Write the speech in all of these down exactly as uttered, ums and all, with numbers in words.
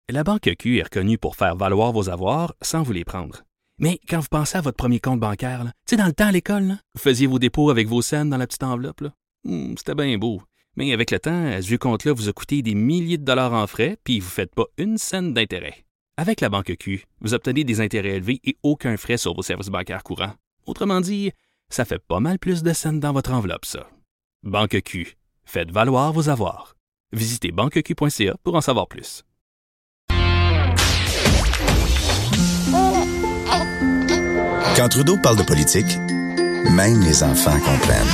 La Banque Q est reconnue pour faire valoir vos avoirs sans vous les prendre. Mais quand vous pensez à votre premier compte bancaire, tu sais, dans le temps à l'école, là, vous faisiez vos dépôts avec vos scènes dans la petite enveloppe. Là. Hum, c'était bien beau. Mais avec le temps, ce vieux compte-là vous a coûté des milliers de dollars en frais, puis vous ne faites pas une scène d'intérêt. Avec la Banque Q, vous obtenez des intérêts élevés et aucun frais sur vos services bancaires courants. Autrement dit, ça fait pas mal plus de scènes dans votre enveloppe, ça. Banque Q. Faites valoir vos avoirs. Visitez banque q point c a pour en savoir plus. Quand Trudeau parle de politique, même les enfants comprennent.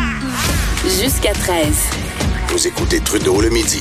Jusqu'à treize. Vous écoutez Trudeau le midi.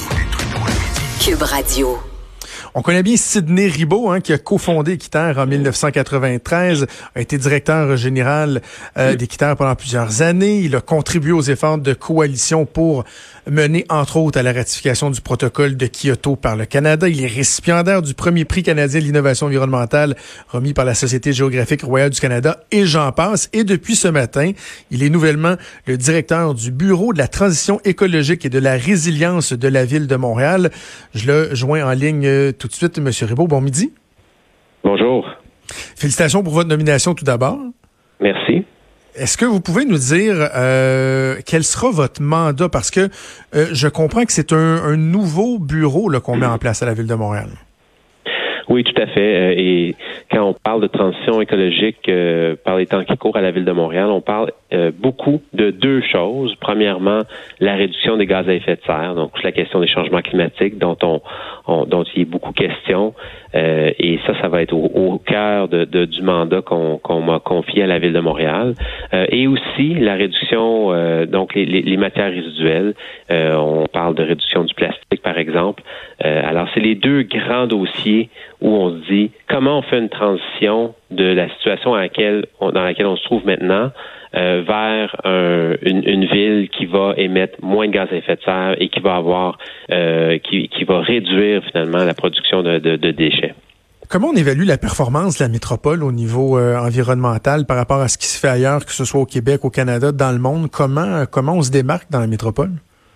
Cube Radio. On connaît bien Sidney Ribault, hein, qui a cofondé Équiterre en dix-neuf cent quatre-vingt-treize, a été directeur général euh, d'Équiterre pendant plusieurs années. Il a contribué aux efforts de coalition pour mener, entre autres, à la ratification du protocole de Kyoto par le Canada. Il est récipiendaire du premier prix canadien de l'innovation environnementale remis par la Société géographique royale du Canada, et j'en passe. Et depuis ce matin, il est nouvellement le directeur du Bureau de la transition écologique et de la résilience de la Ville de Montréal. Je le joins en ligne euh, tout de suite. M. Ribault, bon midi. Bonjour. Félicitations pour votre nomination tout d'abord. Merci. Est-ce que vous pouvez nous dire euh, quel sera votre mandat? Parce que euh, je comprends que c'est un, un nouveau bureau là, qu'on met en place à la Ville de Montréal. Oui, tout à fait. Et quand on parle de transition écologique euh, par les temps qui courent à la Ville de Montréal, on parle euh, beaucoup de deux choses. Premièrement, la réduction des gaz à effet de serre, donc la question des changements climatiques dont on, on dont il y a beaucoup question. Euh, et ça, ça va être au, au cœur de, de, du mandat qu'on, qu'on m'a confié à la Ville de Montréal. Euh, et aussi la réduction, euh, donc les, les, les matières résiduelles. Euh, on parle de réduction du plastique, par exemple. Euh, alors, c'est les deux grands dossiers où on se dit comment on fait une transition de la situation à laquelle on, dans laquelle on se trouve maintenant euh, vers un, une, une ville qui va émettre moins de gaz à effet de serre et qui va avoir euh, qui, qui va réduire finalement la production de, de, de déchets. Comment on évalue la performance de la métropole au niveau euh, environnemental par rapport à ce qui se fait ailleurs, que ce soit au Québec, au Canada, dans le monde? Comment, comment on se démarque dans la métropole?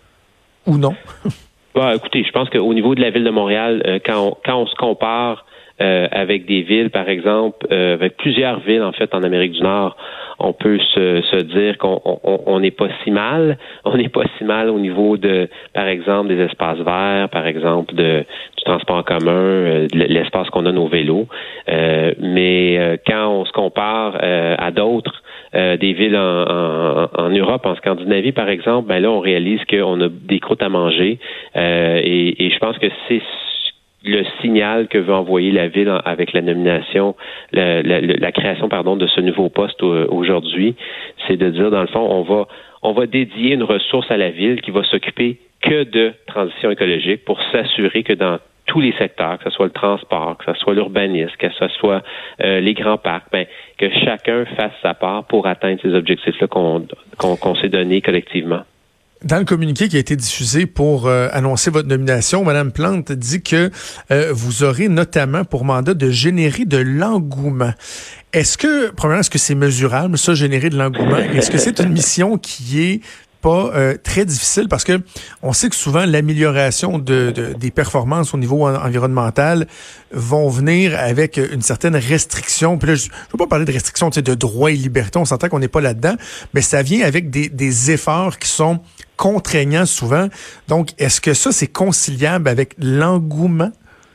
Ou non? Bah, écoutez, je pense qu'au niveau de la Ville de Montréal, euh, quand, on, quand on se compare euh, avec des villes, par exemple, euh, avec plusieurs villes, en fait, en Amérique du Nord, on peut se, se dire qu'on n'est pas si mal. On n'est pas si mal au niveau de, par exemple, des espaces verts, par exemple, de, du transport en commun, euh, de l'espace qu'on donne aux vélos. Euh, mais euh, quand on se compare euh, à d'autres, Euh, des villes en, en, en Europe, en Scandinavie, par exemple, ben là, on réalise qu'on a des croûtes à manger. Euh, et, et je pense que c'est le signal que veut envoyer la ville avec la nomination, la, la, la création, pardon, de ce nouveau poste aujourd'hui. C'est de dire, dans le fond, on va, on va dédier une ressource à la ville qui va s'occuper que de transition écologique pour s'assurer que dans tous les secteurs, que ce soit le transport, que ce soit l'urbanisme, que ce soit euh, les grands parcs, ben, que chacun fasse sa part pour atteindre ces objectifs-là qu'on, qu'on, qu'on s'est donnés collectivement. Dans le communiqué qui a été diffusé pour euh, annoncer votre nomination, Mme Plante dit que euh, vous aurez notamment pour mandat de générer de l'engouement. Est-ce que, premièrement, est-ce que c'est mesurable, ça, générer de l'engouement? Est-ce que c'est une mission qui est pas euh, très difficile, parce que on sait que souvent l'amélioration de, de des performances au niveau en, environnemental vont venir avec une certaine restriction. Puis là, je ne veux pas parler de restriction, tu sais, de droits et libertés, on s'entend qu'on n'est pas là-dedans, mais ça vient avec des, des efforts qui sont contraignants souvent. Donc, est-ce que ça, c'est conciliable avec l'engouement?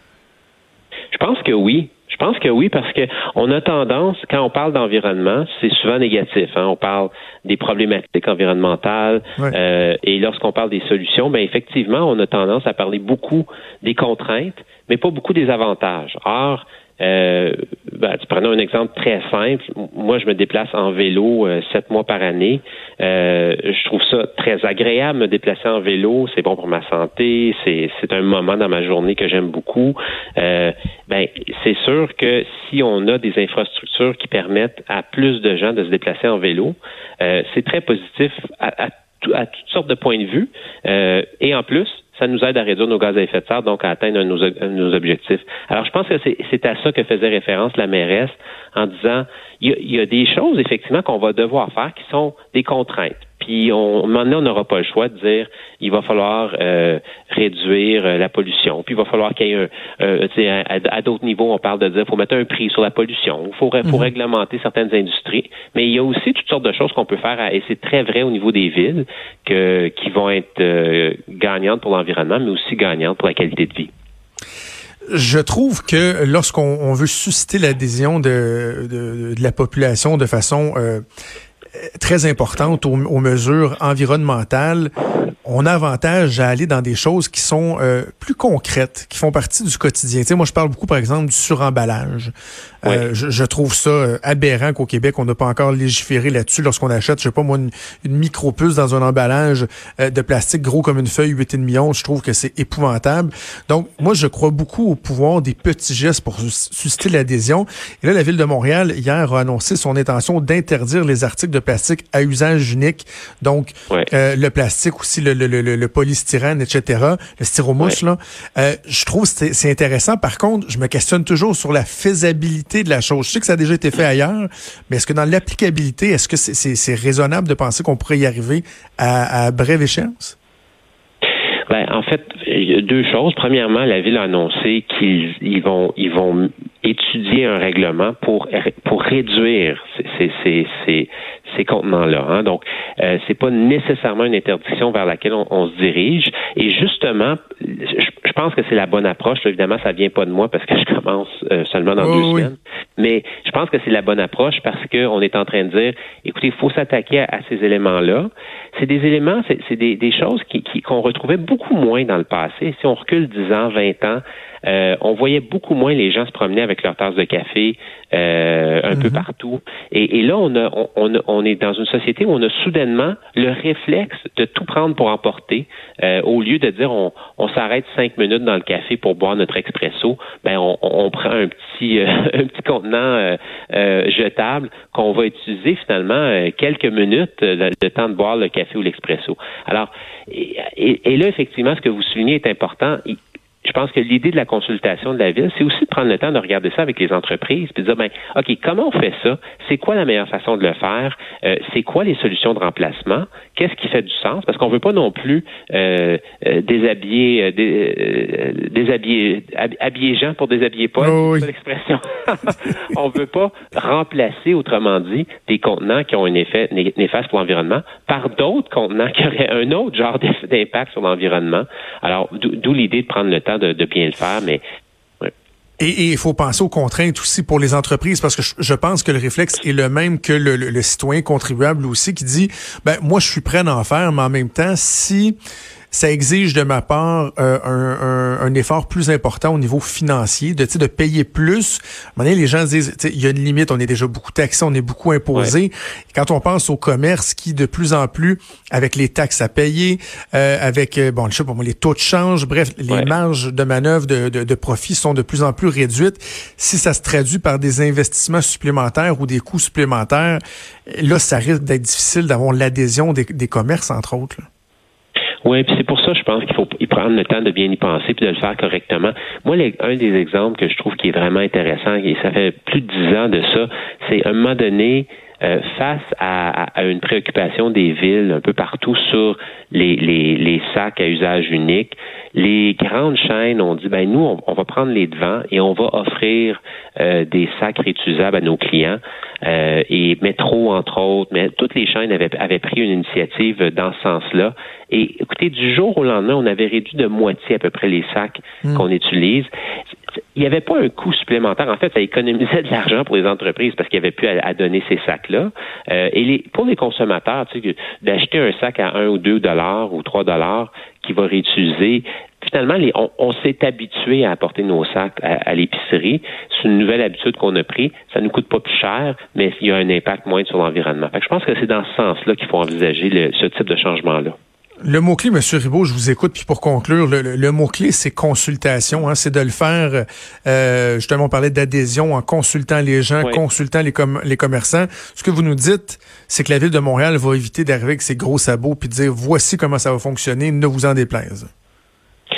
Je pense que oui. Je pense que oui, parce que on a tendance, quand on parle d'environnement, c'est souvent négatif. Hein? On parle des problématiques environnementales, ouais. euh, et lorsqu'on parle des solutions, ben effectivement, on a tendance à parler beaucoup des contraintes, mais pas beaucoup des avantages. Or, euh, ben, tu prenons un exemple très simple. Moi, je me déplace en vélo euh, sept mois par année. Euh, je trouve ça très agréable, me déplacer en vélo. C'est bon pour ma santé. C'est, c'est un moment dans ma journée que j'aime beaucoup. Euh, ben, c'est sûr que si on a des infrastructures qui permettent à plus de gens de se déplacer en vélo, euh, c'est très positif à, à, à toutes sortes de points de vue. Euh, et en plus, ça nous aide à réduire nos gaz à effet de serre, donc à atteindre nos, nos objectifs. Alors, je pense que c'est, c'est à ça que faisait référence la mairesse en disant, il y a, il y a des choses, effectivement, qu'on va devoir faire qui sont des contraintes. Puis, on, à un moment donné, on n'aura pas le choix de dire il va falloir euh, réduire euh, la pollution. Puis, il va falloir qu'il y ait un... Euh, tu sais, à, à d'autres niveaux, on parle de dire il faut mettre un prix sur la pollution. Il faut, faut mm-hmm. réglementer certaines industries. Mais il y a aussi toutes sortes de choses qu'on peut faire, à, et c'est très vrai au niveau des villes, que, qui vont être euh, gagnantes pour l'environnement, mais aussi gagnantes pour la qualité de vie. Je trouve que lorsqu'on on veut susciter l'adhésion de, de, de la population de façon euh, très importante aux, aux mesures environnementales, on a avantage à aller dans des choses qui sont euh, plus concrètes, qui font partie du quotidien. Tu sais, moi, je parle beaucoup, par exemple, du suremballage. Oui. Euh, je, je trouve ça euh, aberrant qu'au Québec, on n'a pas encore légiféré là-dessus lorsqu'on achète, je sais pas moi, une, une micro-puce dans un emballage euh, de plastique gros comme une feuille, huit virgule cinq onces. Je trouve que c'est épouvantable. Donc, moi, je crois beaucoup au pouvoir des petits gestes pour susciter l'adhésion. Et là, la Ville de Montréal, hier, a annoncé son intention d'interdire les articles de plastique à usage unique. Donc, oui. euh, le plastique aussi, le Le, le, le, le polystyrène, et cetera, le styromousse, ouais. là. Euh, je trouve que c'est, c'est intéressant. Par contre, je me questionne toujours sur la faisabilité de la chose. Je sais que ça a déjà été fait ailleurs, mais est-ce que dans l'applicabilité, est-ce que c'est, c'est, c'est raisonnable de penser qu'on pourrait y arriver à, à brève échéance? Ben, en fait, il y a deux choses. Premièrement, la Ville a annoncé qu'ils ils vont, ils vont étudier un règlement pour, pour réduire ces, ces, ces, ces, ces contenants-là. Hein. Donc, euh, c'est pas nécessairement une interdiction vers laquelle on, on se dirige. Et justement, je, je pense que c'est la bonne approche. Là, évidemment, ça vient pas de moi parce que je commence euh, seulement dans oh, deux oui. semaines. Mais je pense que c'est la bonne approche parce qu'on est en train de dire, écoutez, il faut s'attaquer à, à ces éléments-là. C'est des éléments, c'est, c'est des, des choses qui, qui, qu'on retrouvait beaucoup moins dans le passé. Si on recule dix ans, vingt ans, Euh, on voyait beaucoup moins les gens se promener avec leur tasse de café euh, un mm-hmm. peu partout. Et, et là, on, a, on, on, on est dans une société où on a soudainement le réflexe de tout prendre pour emporter. Euh, au lieu de dire on, on s'arrête cinq minutes dans le café pour boire notre expresso, ben on, on prend un petit euh, un petit contenant euh, euh, jetable qu'on va utiliser finalement euh, quelques minutes euh, le temps de boire le café ou l'expresso. Alors, et, et, et là, effectivement, ce que vous soulignez est important. Il, Je pense que l'idée de la consultation de la Ville, c'est aussi de prendre le temps de regarder ça avec les entreprises puis de dire, ben, OK, comment on fait ça? C'est quoi la meilleure façon de le faire? Euh, c'est quoi les solutions de remplacement? Qu'est-ce qui fait du sens? Parce qu'on veut pas non plus euh, euh, déshabiller, euh, dé, euh, déshabiller, hab- habiller Jean pour déshabiller Paul, oh, oui. C'est pas l'expression. On veut pas remplacer, autrement dit, des contenants qui ont un effet né- néfaste pour l'environnement par d'autres contenants qui auraient un autre genre d'impact sur l'environnement. Alors, d'où, d'où l'idée de prendre le temps De, de bien le faire, mais... Ouais. Et il faut penser aux contraintes aussi pour les entreprises, parce que je, je pense que le réflexe est le même que le, le, le citoyen contribuable aussi, qui dit, ben moi, je suis prêt à en faire, mais en même temps, si ça exige de ma part euh, un, un, un effort plus important au niveau financier, de, de payer plus. À un moment donné, les gens disent, il y a une limite, on est déjà beaucoup taxé, on est beaucoup imposé. Ouais. Quand on pense au commerce qui, de plus en plus, avec les taxes à payer, euh, avec euh, bon, je sais pas moi, les taux de change, bref, les ouais. marges de manœuvre de, de, de profit sont de plus en plus réduites. Si ça se traduit par des investissements supplémentaires ou des coûts supplémentaires, là, ça risque d'être difficile d'avoir l'adhésion des, des commerces, entre autres, là. Oui, puis c'est pour ça, je pense qu'il faut y prendre le temps de bien y penser puis de le faire correctement. Moi, les, un des exemples que je trouve qui est vraiment intéressant, et ça fait plus de dix ans de ça, c'est à un moment donné, euh, face à, à, à une préoccupation des villes un peu partout sur les, les, les sacs à usage unique, les grandes chaînes ont dit, ben nous, on, on va prendre les devants et on va offrir euh, des sacs réutilisables à nos clients. Euh, et Métro, entre autres, mais toutes les chaînes avaient, avaient pris une initiative dans ce sens-là. Et écoutez, du jour au lendemain, on avait réduit de moitié à peu près les sacs mmh. qu'on utilise. Il n'y avait pas un coût supplémentaire. En fait, ça économisait de l'argent pour les entreprises parce qu'il n'y avait plus à, à donner ces sacs-là. Euh, et les, pour les consommateurs, tu sais, d'acheter un sac à un ou deux dollars ou trois dollars qui va réutiliser, finalement, les, on, on s'est habitué à apporter nos sacs à, à l'épicerie. C'est une nouvelle habitude qu'on a pris. Ça ne nous coûte pas plus cher, mais il y a un impact moindre sur l'environnement. Fait que je pense que c'est dans ce sens-là qu'il faut envisager le, ce type de changement-là. Le mot-clé, M. Ribault, je vous écoute, puis pour conclure, le, le, le mot-clé, c'est consultation. Hein, c'est de le faire, euh, justement, on parlait d'adhésion en consultant les gens, oui. consultant les, com- les commerçants. Ce que vous nous dites, c'est que la Ville de Montréal va éviter d'arriver avec ses gros sabots puis de dire, voici comment ça va fonctionner, ne vous en déplaise.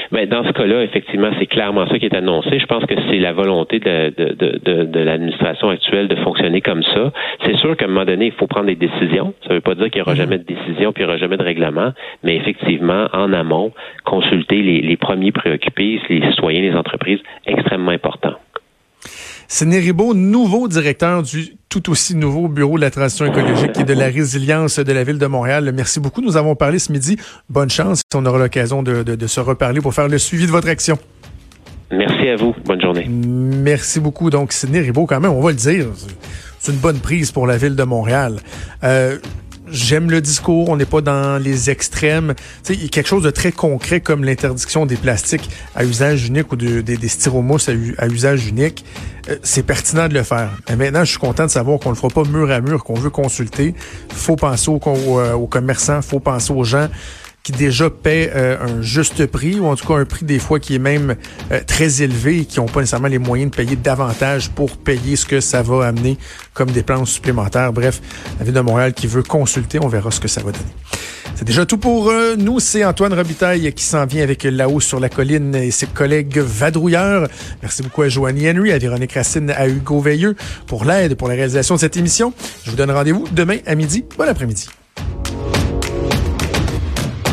Mais dans ce cas-là, effectivement, c'est clairement ça qui est annoncé. Je pense que c'est la volonté de, de, de, de, de l'administration actuelle de fonctionner comme ça. C'est sûr qu'à un moment donné, il faut prendre des décisions. Ça ne veut pas dire qu'il n'y aura mmh. jamais de décision puis il n'y aura jamais de règlement, mais effectivement, en amont, consulter les, les premiers préoccupés, les citoyens, les entreprises, extrêmement important. Sidney Ribault, nouveau directeur du tout aussi nouveau Bureau de la transition écologique et de la résilience de la Ville de Montréal. Merci beaucoup. Nous avons parlé ce midi. Bonne chance. On aura l'occasion de, de, de se reparler pour faire le suivi de votre action. Merci à vous. Bonne journée. Merci beaucoup. Donc, Sidney Ribault, quand même, on va le dire, c'est une bonne prise pour la Ville de Montréal. Euh, J'aime le discours, on n'est pas dans les extrêmes. Tu sais, il y a quelque chose de très concret comme l'interdiction des plastiques à usage unique ou de, des, des styromousses à, à usage unique. Euh, c'est pertinent de le faire. Mais maintenant, je suis content de savoir qu'on le fera pas mur à mur, qu'on veut consulter. Faut penser aux, aux, aux commerçants, faut penser aux gens qui déjà paient euh, un juste prix, ou en tout cas un prix des fois qui est même euh, très élevé et qui n'ont pas nécessairement les moyens de payer davantage pour payer ce que ça va amener comme dépenses supplémentaires. Bref, la Ville de Montréal qui veut consulter, on verra ce que ça va donner. C'est déjà tout pour euh, nous. C'est Antoine Robitaille qui s'en vient avec Là-haut sur la colline et ses collègues vadrouilleurs. Merci beaucoup à Joanie Henry, à Véronique Racine, à Hugo Veilleux pour l'aide, pour la réalisation de cette émission. Je vous donne rendez-vous demain à midi. Bon après-midi.